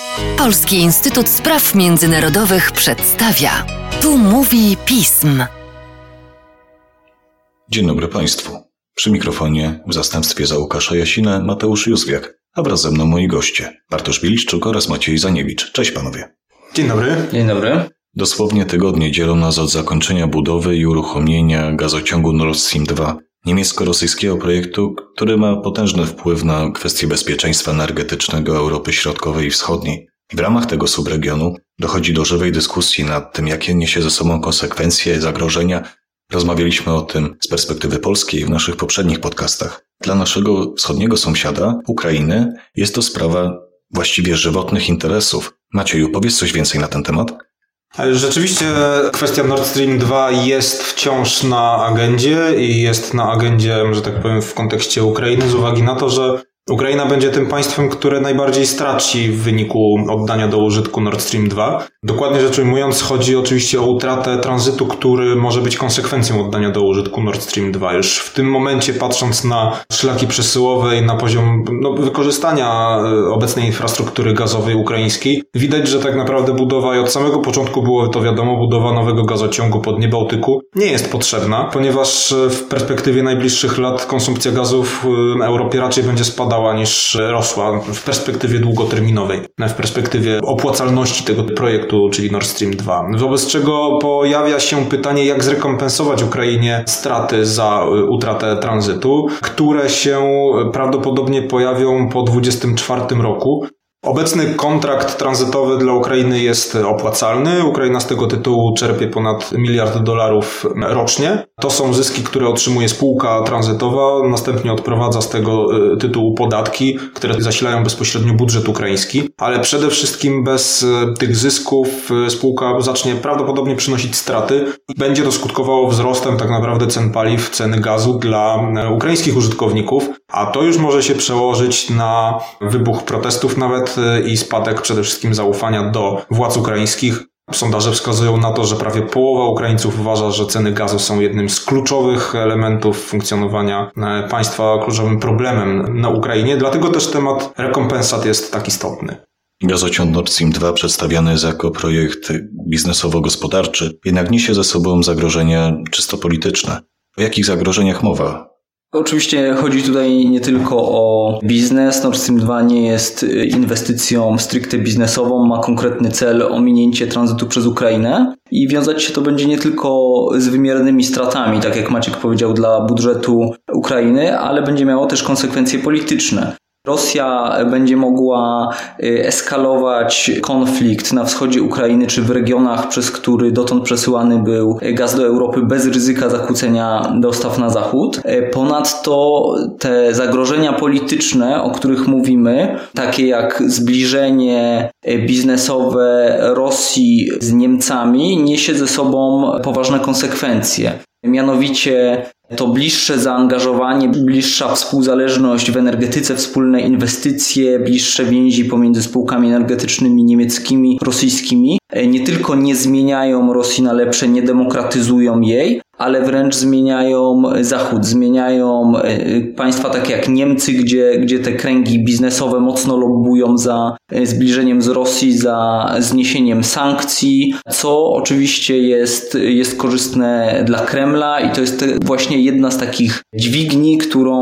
Polski Instytut Spraw Międzynarodowych przedstawia. Tu mówi pism. Dzień dobry Państwu. Przy mikrofonie w zastępstwie za Łukasza Jasinę Mateusz Józwiak, a wraz ze mną moi goście Bartosz Biliszczuk oraz Maciej Zaniewicz. Cześć panowie. Dzień dobry. Dzień dobry. Dosłownie tygodnie dzielą nas od zakończenia budowy i uruchomienia gazociągu Nord Stream 2, niemiecko-rosyjskiego projektu, który ma potężny wpływ na kwestie bezpieczeństwa energetycznego Europy Środkowej i Wschodniej. W ramach tego subregionu dochodzi do żywej dyskusji nad tym, jakie niesie ze sobą konsekwencje i zagrożenia. Rozmawialiśmy o tym z perspektywy polskiej w naszych poprzednich podcastach. Dla naszego wschodniego sąsiada, Ukrainy, jest to sprawa właściwie żywotnych interesów. Macieju, powiedz coś więcej na ten temat? Rzeczywiście kwestia Nord Stream 2 jest wciąż na agendzie i jest na agendzie, że tak powiem, w kontekście Ukrainy z uwagi na to, że Ukraina będzie tym państwem, które najbardziej straci w wyniku oddania do użytku Nord Stream 2. Dokładnie rzecz ujmując, chodzi oczywiście o utratę tranzytu, który może być konsekwencją oddania do użytku Nord Stream 2. Już w tym momencie, patrząc na szlaki przesyłowe i na poziom wykorzystania obecnej infrastruktury gazowej ukraińskiej, widać, że tak naprawdę budowa, i od samego początku było to wiadomo, budowa nowego gazociągu po dnie Bałtyku nie jest potrzebna, ponieważ w perspektywie najbliższych lat konsumpcja gazu w Europie raczej będzie spadała niż rosła w perspektywie długoterminowej, w perspektywie opłacalności tego projektu, czyli Nord Stream 2. Wobec czego pojawia się pytanie, jak zrekompensować Ukrainie straty za utratę tranzytu, które się prawdopodobnie pojawią po 2024 roku. Obecny kontrakt tranzytowy dla Ukrainy jest opłacalny. Ukraina z tego tytułu czerpie ponad $1 miliard rocznie. To są zyski, które otrzymuje spółka tranzytowa, następnie odprowadza z tego tytułu podatki, które zasilają bezpośrednio budżet ukraiński. Ale przede wszystkim bez tych zysków spółka zacznie prawdopodobnie przynosić straty i będzie to skutkowało wzrostem tak naprawdę cen paliw, ceny gazu dla ukraińskich użytkowników, a to już może się przełożyć na wybuch protestów nawet i spadek przede wszystkim zaufania do władz ukraińskich. Sondaże wskazują na to, że prawie połowa Ukraińców uważa, że ceny gazu są jednym z kluczowych elementów funkcjonowania państwa, kluczowym problemem na Ukrainie. Dlatego też temat rekompensat jest tak istotny. Gazociąg Nord Stream 2 przedstawiany jest jako projekt biznesowo-gospodarczy, jednak niesie ze sobą zagrożenia czysto polityczne. O jakich zagrożeniach mowa? Oczywiście chodzi tutaj nie tylko o biznes. Nord Stream 2 nie jest inwestycją stricte biznesową, ma konkretny cel ominięcie tranzytu przez Ukrainę i wiązać się to będzie nie tylko z wymiernymi stratami, tak jak Maciek powiedział, dla budżetu Ukrainy, ale będzie miało też konsekwencje polityczne. Rosja będzie mogła eskalować konflikt na wschodzie Ukrainy czy w regionach, przez który dotąd przesyłany był gaz do Europy bez ryzyka zakłócenia dostaw na zachód. Ponadto te zagrożenia polityczne, o których mówimy, takie jak zbliżenie biznesowe Rosji z Niemcami, niesie ze sobą poważne konsekwencje. Mianowicie to bliższe zaangażowanie, bliższa współzależność w energetyce, wspólne inwestycje, bliższe więzi pomiędzy spółkami energetycznymi niemieckimi, rosyjskimi nie tylko nie zmieniają Rosji na lepsze, nie demokratyzują jej, ale wręcz zmieniają Zachód, zmieniają państwa takie jak Niemcy, gdzie te kręgi biznesowe mocno lobbują za zbliżeniem z Rosji, za zniesieniem sankcji, co oczywiście jest korzystne dla Kremla i to jest właśnie jedna z takich dźwigni,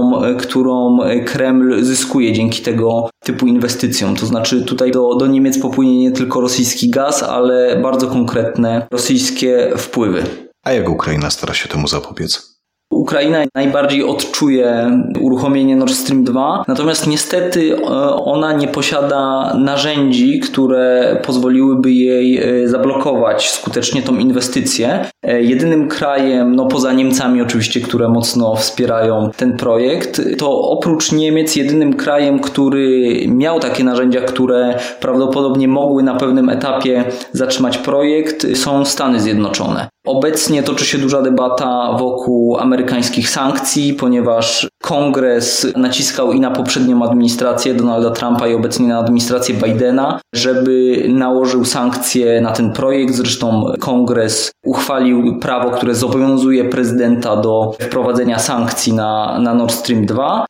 którą Kreml zyskuje dzięki tego typu inwestycjom. To znaczy tutaj do Niemiec popłynie nie tylko rosyjski gaz, ale bardzo konkretne rosyjskie wpływy. A jak Ukraina stara się temu zapobiec? Ukraina najbardziej odczuje uruchomienie Nord Stream 2, natomiast niestety ona nie posiada narzędzi, które pozwoliłyby jej zablokować skutecznie tą inwestycję. Jedynym krajem, poza Niemcami oczywiście, które mocno wspierają ten projekt, to oprócz Niemiec jedynym krajem, który miał takie narzędzia, które prawdopodobnie mogły na pewnym etapie zatrzymać projekt, są Stany Zjednoczone. Obecnie toczy się duża debata wokół amerykańskich sankcji, ponieważ Kongres naciskał i na poprzednią administrację Donalda Trumpa i obecnie na administrację Bidena, żeby nałożył sankcje na ten projekt. Zresztą Kongres uchwalił prawo, które zobowiązuje prezydenta do wprowadzenia sankcji na Nord Stream 2.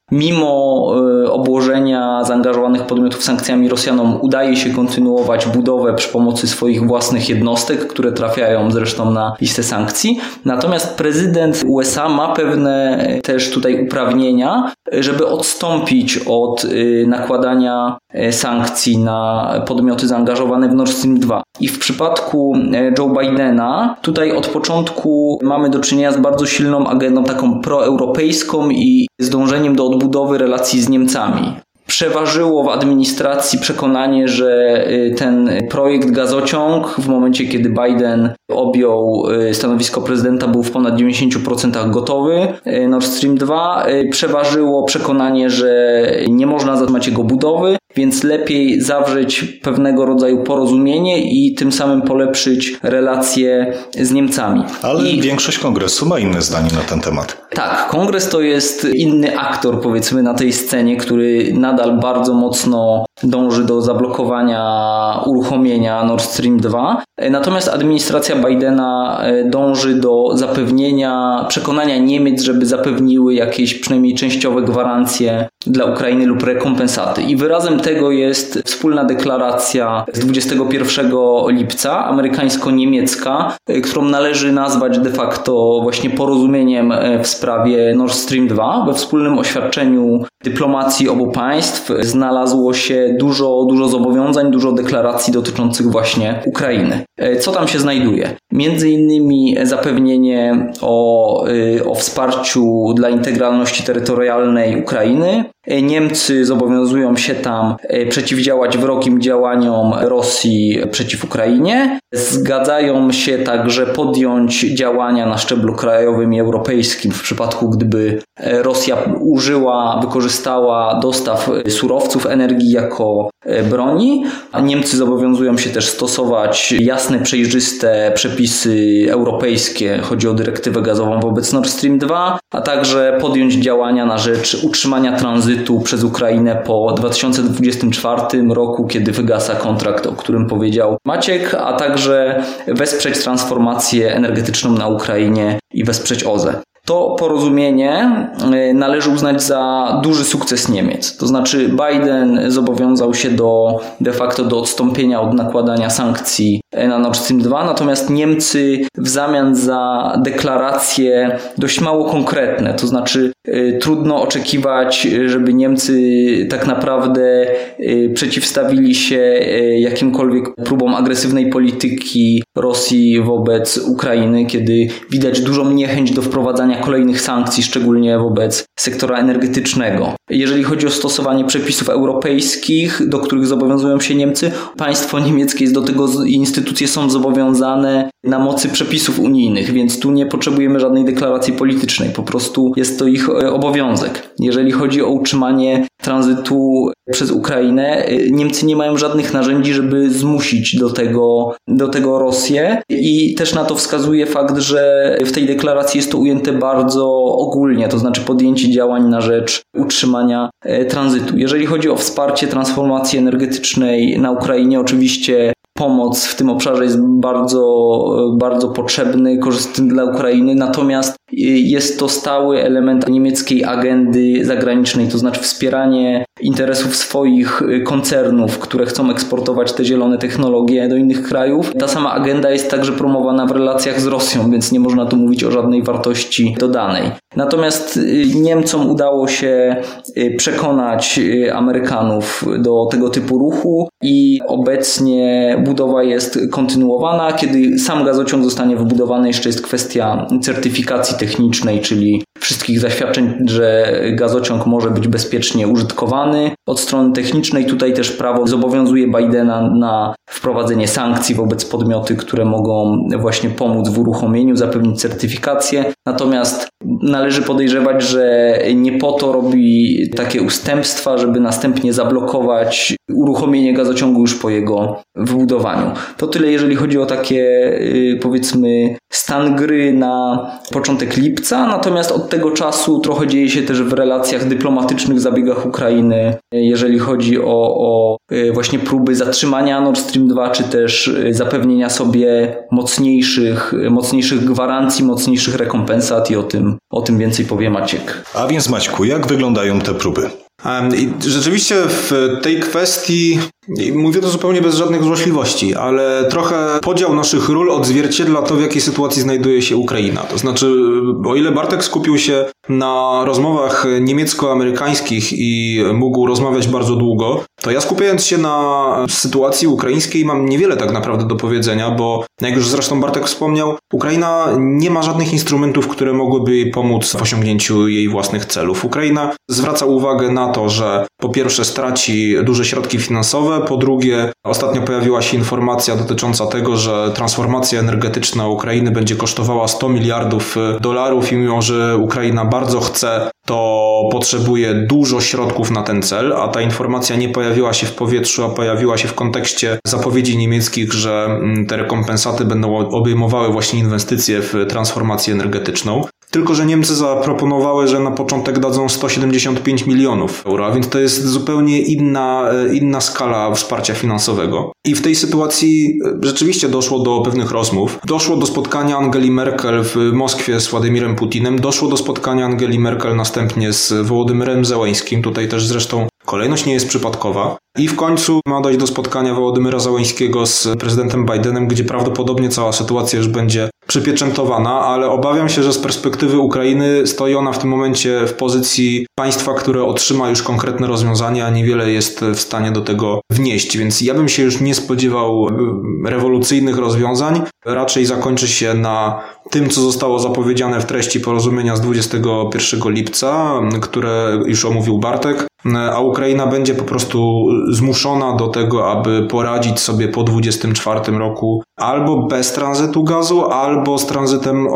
mimo obłożenia zaangażowanych podmiotów sankcjami Rosjanom udaje się kontynuować budowę przy pomocy swoich własnych jednostek, które trafiają zresztą na listę sankcji. Natomiast prezydent USA ma pewne też tutaj uprawnienia, żeby odstąpić od nakładania sankcji na podmioty zaangażowane w Nord Stream 2. I w przypadku Joe Bidena tutaj od początku mamy do czynienia z bardzo silną agendą taką proeuropejską i z dążeniem do odbudowy relacji z Niemcami. Przeważyło w administracji przekonanie, że ten projekt gazociąg w momencie, kiedy Biden objął stanowisko prezydenta, był w ponad 90% gotowy. Nord Stream 2 przeważyło przekonanie, że nie można zatrzymać jego budowy, więc lepiej zawrzeć pewnego rodzaju porozumienie i tym samym polepszyć relacje z Niemcami. Ale większość kongresu ma inne zdanie na ten temat. Tak, kongres to jest inny aktor, powiedzmy, na tej scenie, który nadal bardzo mocno dąży do zablokowania uruchomienia Nord Stream 2. Natomiast administracja Bidena dąży do przekonania Niemiec, żeby zapewniły jakieś przynajmniej częściowe gwarancje dla Ukrainy lub rekompensaty. I wyrazem tego jest wspólna deklaracja z 21 lipca, amerykańsko-niemiecka, którą należy nazwać de facto właśnie porozumieniem w sprawie Nord Stream 2. We wspólnym oświadczeniu dyplomacji obu państw znalazło się dużo zobowiązań, dużo deklaracji dotyczących właśnie Ukrainy. Co tam się znajduje? Między innymi zapewnienie o wsparciu dla integralności terytorialnej Ukrainy. Niemcy zobowiązują się tam przeciwdziałać wrogim działaniom Rosji przeciw Ukrainie. Zgadzają się także podjąć działania na szczeblu krajowym i europejskim w przypadku, gdyby Rosja wykorzystała dostaw surowców energii jako broni. A Niemcy zobowiązują się też stosować jasne, przejrzyste przepisy europejskie, chodzi o dyrektywę gazową wobec Nord Stream 2, a także podjąć działania na rzecz utrzymania tranzytu przez Ukrainę po 2024 roku, kiedy wygasa kontrakt, o którym powiedział Maciek, a także wesprzeć transformację energetyczną na Ukrainie i wesprzeć OZE. To porozumienie należy uznać za duży sukces Niemiec. To znaczy Biden zobowiązał się de facto do odstąpienia od nakładania sankcji na Nord Stream 2, natomiast Niemcy w zamian za deklaracje dość mało konkretne, to znaczy trudno oczekiwać, żeby Niemcy tak naprawdę przeciwstawili się jakimkolwiek próbom agresywnej polityki Rosji wobec Ukrainy, kiedy widać dużą niechęć do wprowadzania kolejnych sankcji, szczególnie wobec sektora energetycznego. Jeżeli chodzi o stosowanie przepisów europejskich, do których zobowiązują się Niemcy, państwo niemieckie jest do tego, instytucje są zobowiązane na mocy przepisów unijnych, więc tu nie potrzebujemy żadnej deklaracji politycznej, po prostu jest to ich obowiązek. Jeżeli chodzi o utrzymanie tranzytu przez Ukrainę, Niemcy nie mają żadnych narzędzi, żeby zmusić do tego Rosję i też na to wskazuje fakt, że w tej deklaracji jest to ujęte bardzo ogólnie, to znaczy podjęcie działań na rzecz utrzymania tranzytu. Jeżeli chodzi o wsparcie transformacji energetycznej na Ukrainie, oczywiście pomoc w tym obszarze jest bardzo potrzebny, korzystny dla Ukrainy, natomiast jest to stały element niemieckiej agendy zagranicznej, to znaczy wspieranie interesów swoich koncernów, które chcą eksportować te zielone technologie do innych krajów. Ta sama agenda jest także promowana w relacjach z Rosją, więc nie można tu mówić o żadnej wartości dodanej. Natomiast Niemcom udało się przekonać Amerykanów do tego typu ruchu i obecnie budowa jest kontynuowana. Kiedy sam gazociąg zostanie wybudowany, jeszcze jest kwestia certyfikacji technicznej, czyli wszystkich zaświadczeń, że gazociąg może być bezpiecznie użytkowany. Od strony technicznej tutaj też prawo zobowiązuje Bidena na wprowadzenie sankcji wobec podmioty, które mogą właśnie pomóc w uruchomieniu, zapewnić certyfikację. Natomiast należy podejrzewać, że nie po to robi takie ustępstwa, żeby następnie zablokować uruchomienie gazociągu już po jego wybudowaniu. To tyle, jeżeli chodzi o takie, powiedzmy, stan gry na początek lipca. Natomiast od od tego czasu trochę dzieje się też w relacjach dyplomatycznych, zabiegach Ukrainy, jeżeli chodzi o właśnie próby zatrzymania Nord Stream 2, czy też zapewnienia sobie mocniejszych gwarancji, mocniejszych rekompensat i o tym więcej powie Maciek. A więc Maćku, jak wyglądają te próby? I rzeczywiście w tej kwestii, mówię to zupełnie bez żadnych złośliwości, ale trochę podział naszych ról odzwierciedla to, w jakiej sytuacji znajduje się Ukraina. To znaczy, o ile Bartek skupił się na rozmowach niemiecko-amerykańskich i mógł rozmawiać bardzo długo, to ja skupiając się na sytuacji ukraińskiej mam niewiele tak naprawdę do powiedzenia, bo jak już zresztą Bartek wspomniał, Ukraina nie ma żadnych instrumentów, które mogłyby jej pomóc w osiągnięciu jej własnych celów. Ukraina zwraca uwagę na to, że po pierwsze straci duże środki finansowe, po drugie ostatnio pojawiła się informacja dotycząca tego, że transformacja energetyczna Ukrainy będzie kosztowała $100 miliardów i mimo, że Ukraina bardzo chce, to potrzebuje dużo środków na ten cel, a ta informacja nie pojawiła się w powietrzu, a pojawiła się w kontekście zapowiedzi niemieckich, że te rekompensaty będą obejmowały właśnie inwestycje w transformację energetyczną. Tylko że Niemcy zaproponowały, że na początek dadzą 175 milionów euro, a więc to jest zupełnie inna skala wsparcia finansowego. I w tej sytuacji rzeczywiście doszło do pewnych rozmów. Doszło do spotkania Angeli Merkel w Moskwie z Władimirem Putinem, doszło do spotkania Angeli Merkel następnie z Wołodymyrem Zełeńskim, tutaj też zresztą kolejność nie jest przypadkowa. I w końcu ma dojść do spotkania Wołodymyra Zełeńskiego z prezydentem Bidenem, gdzie prawdopodobnie cała sytuacja już będzie przypieczętowana, ale obawiam się, że z perspektywy Ukrainy stoi ona w tym momencie w pozycji państwa, które otrzyma już konkretne rozwiązania, a niewiele jest w stanie do tego wnieść. Więc ja bym się już nie spodziewał rewolucyjnych rozwiązań. Raczej zakończy się na tym, co zostało zapowiedziane w treści porozumienia z 21 lipca, które już omówił Bartek, a Ukraina będzie po prostu zmuszona do tego, aby poradzić sobie po 24 roku albo bez tranzytu gazu, albo z tranzytem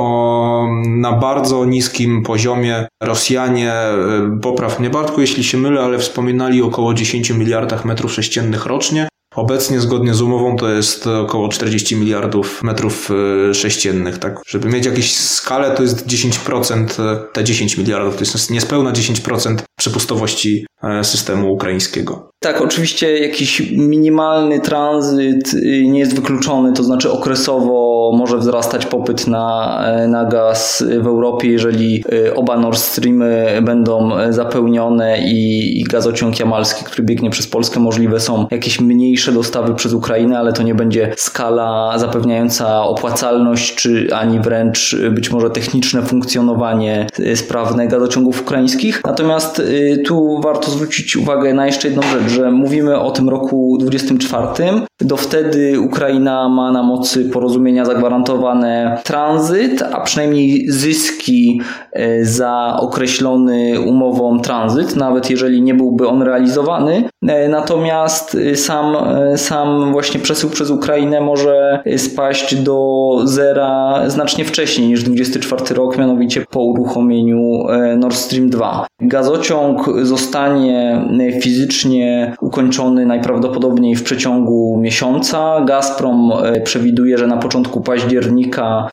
na bardzo niskim poziomie. Rosjanie, popraw mnie Bartku, jeśli się mylę, ale wspominali około 10 miliardach metrów sześciennych rocznie. Obecnie zgodnie z umową to jest około 40 miliardów metrów sześciennych, tak? Żeby mieć jakąś skalę, to jest 10%, te 10 miliardów, to jest niespełna 10% przepustowości systemu ukraińskiego. Tak, oczywiście jakiś minimalny tranzyt nie jest wykluczony, to znaczy okresowo może wzrastać popyt na gaz w Europie, jeżeli oba Nord Streamy będą zapełnione i gazociąg jamalski, który biegnie przez Polskę, możliwe są jakieś mniejsze dostawy przez Ukrainę, ale to nie będzie skala zapewniająca opłacalność, czy ani wręcz być może techniczne funkcjonowanie sprawne gazociągów ukraińskich. Natomiast tu warto zwrócić uwagę na jeszcze jedną rzecz, że mówimy o tym roku 24. Do wtedy Ukraina ma na mocy porozumienia zagwarantowane tranzyt, a przynajmniej zyski za określony umową tranzyt, nawet jeżeli nie byłby on realizowany. Natomiast sam właśnie przesył przez Ukrainę może spaść do zera znacznie wcześniej niż 24 rok, mianowicie po uruchomieniu Nord Stream 2. Gazociąg zostanie fizycznie ukończony najprawdopodobniej w przeciągu miesiąca. Gazprom przewiduje, że na początku października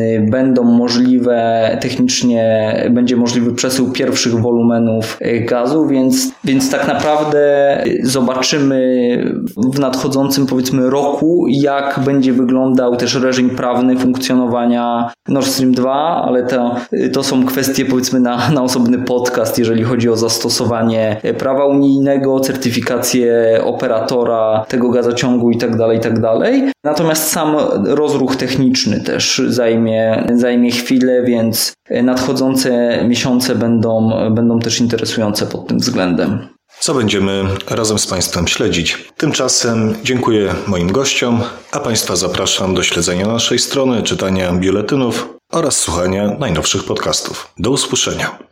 będzie możliwy przesył pierwszych wolumenów gazu, więc tak naprawdę zobaczymy w nadchodzącym, powiedzmy, roku, jak będzie wyglądał też reżim prawny funkcjonowania Nord Stream 2, ale to są kwestie, powiedzmy, na osobny podcast, jeżeli chodzi o zastosowanie prawa unijnego, certyfikację operatora tego gazociągu itd. Natomiast sam rozruch techniczny też zajmie chwilę, więc nadchodzące miesiące będą też interesujące pod tym względem. Co będziemy razem z Państwem śledzić. Tymczasem dziękuję moim gościom, a Państwa zapraszam do śledzenia naszej strony, czytania biuletynów oraz słuchania najnowszych podcastów. Do usłyszenia.